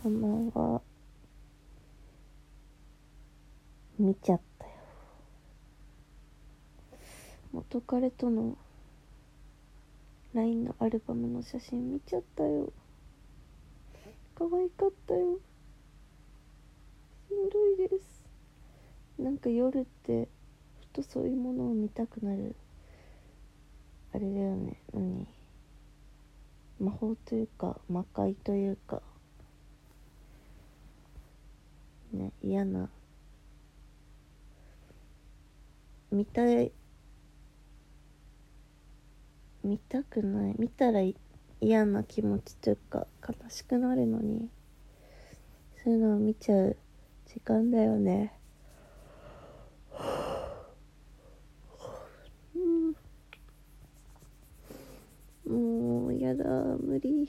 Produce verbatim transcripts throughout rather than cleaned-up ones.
こんばんは。見ちゃったよ。元彼との ライン のアルバムの写真見ちゃったよ。可愛かったよ。しんどいです。なんか夜ってふとそういうものを見たくなる。あれだよね。何魔法というか魔界というかね、嫌な見たい見たくない見たら嫌な気持ちというか悲しくなるのに、そういうのを見ちゃう時間だよね。うん、もうやだ、無理。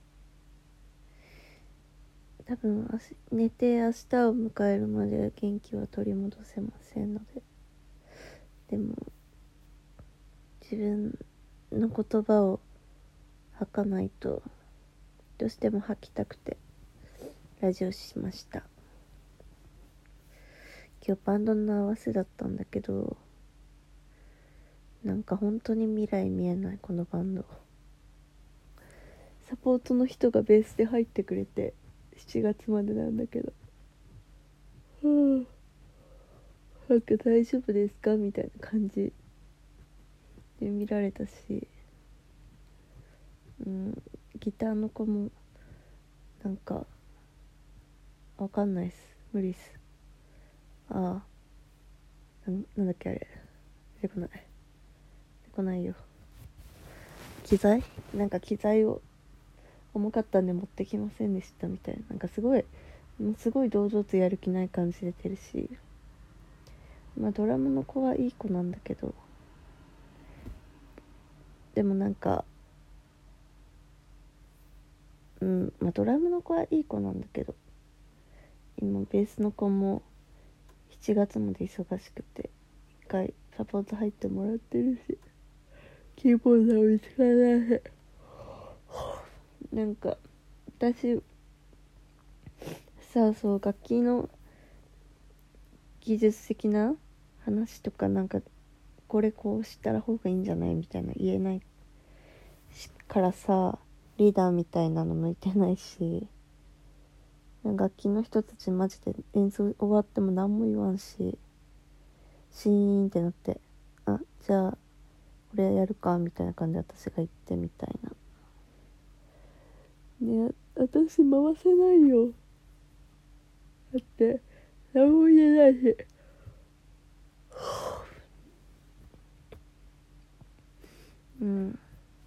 多分寝て明日を迎えるまで元気は取り戻せませんので、でも自分の言葉を吐かないとどうしても吐きたくてラジオしました。今日バンドの合わせだったんだけど、なんか本当に未来見えない。このバンドサポートの人がベースで入ってくれてしちがつまでなんだけど、はあ、なんか大丈夫ですかみたいな感じで見られたし、うん、ギターの子もなんかわかんないっす、無理っす。ああ、な, なんだっけあれ、出てこない出てこないよ。機材なんか機材を重かったんで持ってきませんでしたみたいな、なんかすごいもうすごい堂々とやる気ない感じ出てるし、まあドラムの子はいい子なんだけど、でもなんかうんまあドラムの子はいい子なんだけど、今ベースの子もしちがつまで忙しくて一回サポート入ってもらってるし、キーボードは見つからないし、なんか私さあ、そう楽器の技術的な話とか、なんかこれこうしたら方がいいんじゃないみたいな言えないからさ、リーダーみたいなの向いてないし、楽器の人たちマジで演奏終わっても何も言わんし、シーンってなって、あ、じゃあこれやるかみたいな感じで私が言ってみたいな。ね、私回せないよ。だって何も言えないし。うん。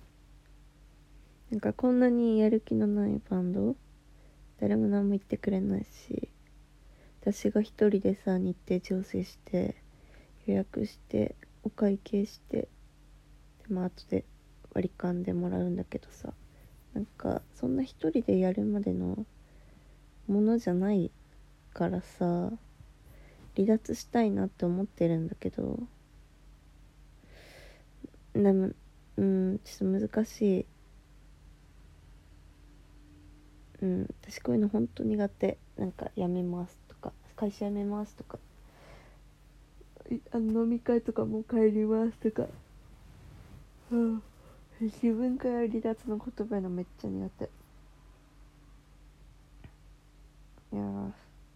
なんかこんなにやる気のないバンド誰も何も言ってくれないし、私が一人でさ日程調整して予約してお会計して、でまあ後で割り勘でもらうんだけどさ、なんかそんな一人でやるまでのものじゃないからさ、離脱したいなって思ってるんだけど、でもうんちょっと難しい。うん、私こういうのほんと苦手。なんか辞めますとか会社辞めますとか、あの飲み会とかも帰りますとか、うん、自分から離脱の言葉のめっちゃ苦手。いやー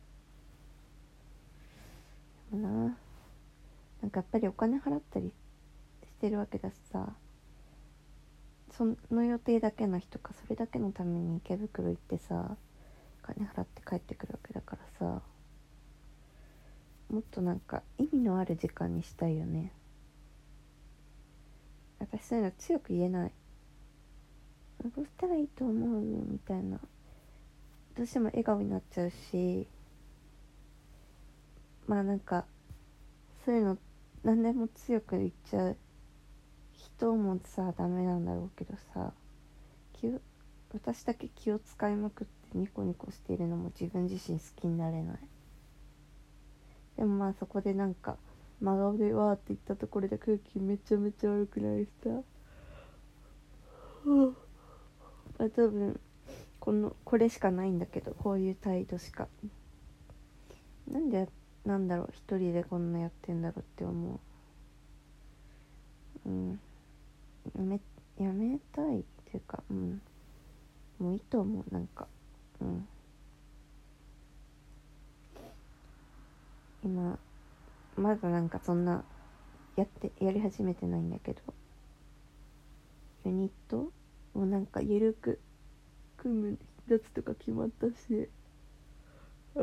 でもな、なんかやっぱりお金払ったりしてるわけだしさ、その予定だけの人かそれだけのために池袋行ってさお金払って帰ってくるわけだからさ、もっとなんか意味のある時間にしたいよね。私そういうの強く言えない。どうしたらいいと思うみたいな、どうしても笑顔になっちゃうし、まあなんかそういうの何でも強く言っちゃう人もさダメなんだろうけどさ、気を私だけ気を使いまくってニコニコしているのも自分自身好きになれない。でもまあそこでなんか真顔でわーって言ったところで空気めちゃめちゃ悪くなるしさ、あ多分このこれしかないんだけど、こういう態度しか。なんでなんだろう、一人でこんなやってんだろうって思う。うんやめやめたいっていうか、うんもういいと思う。なんかうん今まだなんかそんなやってやり始めてないんだけど、ユニットをなんかゆるく組むやつとか決まったし、あ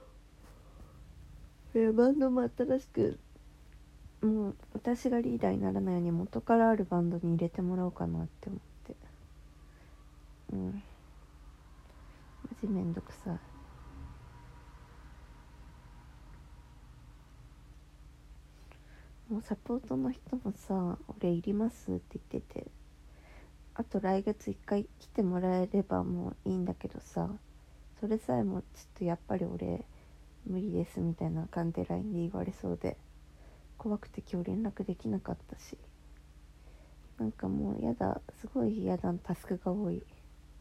いやバンドも新しく、もう私がリーダーにならないように元からあるバンドに入れてもらおうかなって思って。うんマジめんどくさい。もうサポートの人もさ、俺いりますって言ってて、あと来月一回来てもらえればもういいんだけどさ、それさえもちょっとやっぱり俺無理ですみたいな感じで ライン で言われそうで怖くて今日連絡できなかったし、なんかもうやだ、すごいやだ、タスクが多い。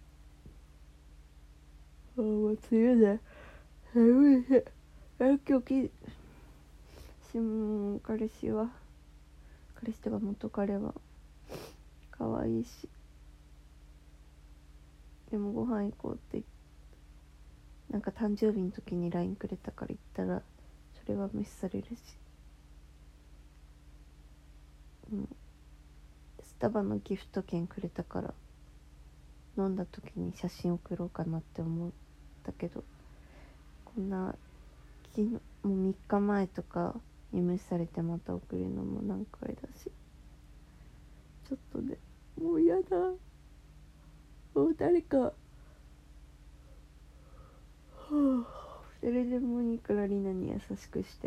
ああもう梅雨で寒いし、え今日きしも彼氏は彼氏とか元彼は可愛いし、でもご飯行こうってなんか誕生日の時に ライン くれたから言ったらそれは無視されるし、うん、スタバのギフト券くれたから飲んだ時に写真送ろうかなって思ったけど、こんな昨日もうみっかまえとかに無視されてまた送るのも何回だし、ちょっとねもう嫌だ。もう誰か、はあ、誰でもいいからリナに優しくして、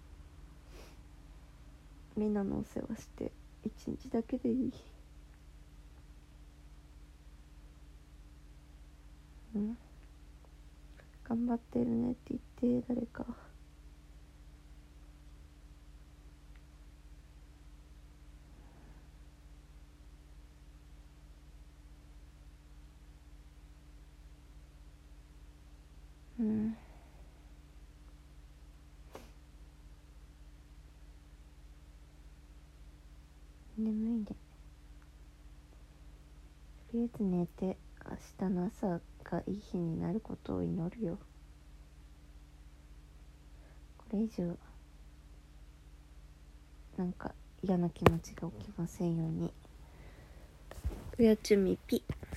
リナのお世話して一日だけでいい。うん頑張ってるねって言って誰か。うん眠いね。とりあえず寝て明日の朝がいい日になることを祈るよ。これ以上なんか嫌な気持ちが起きませんように。おやつみぴ。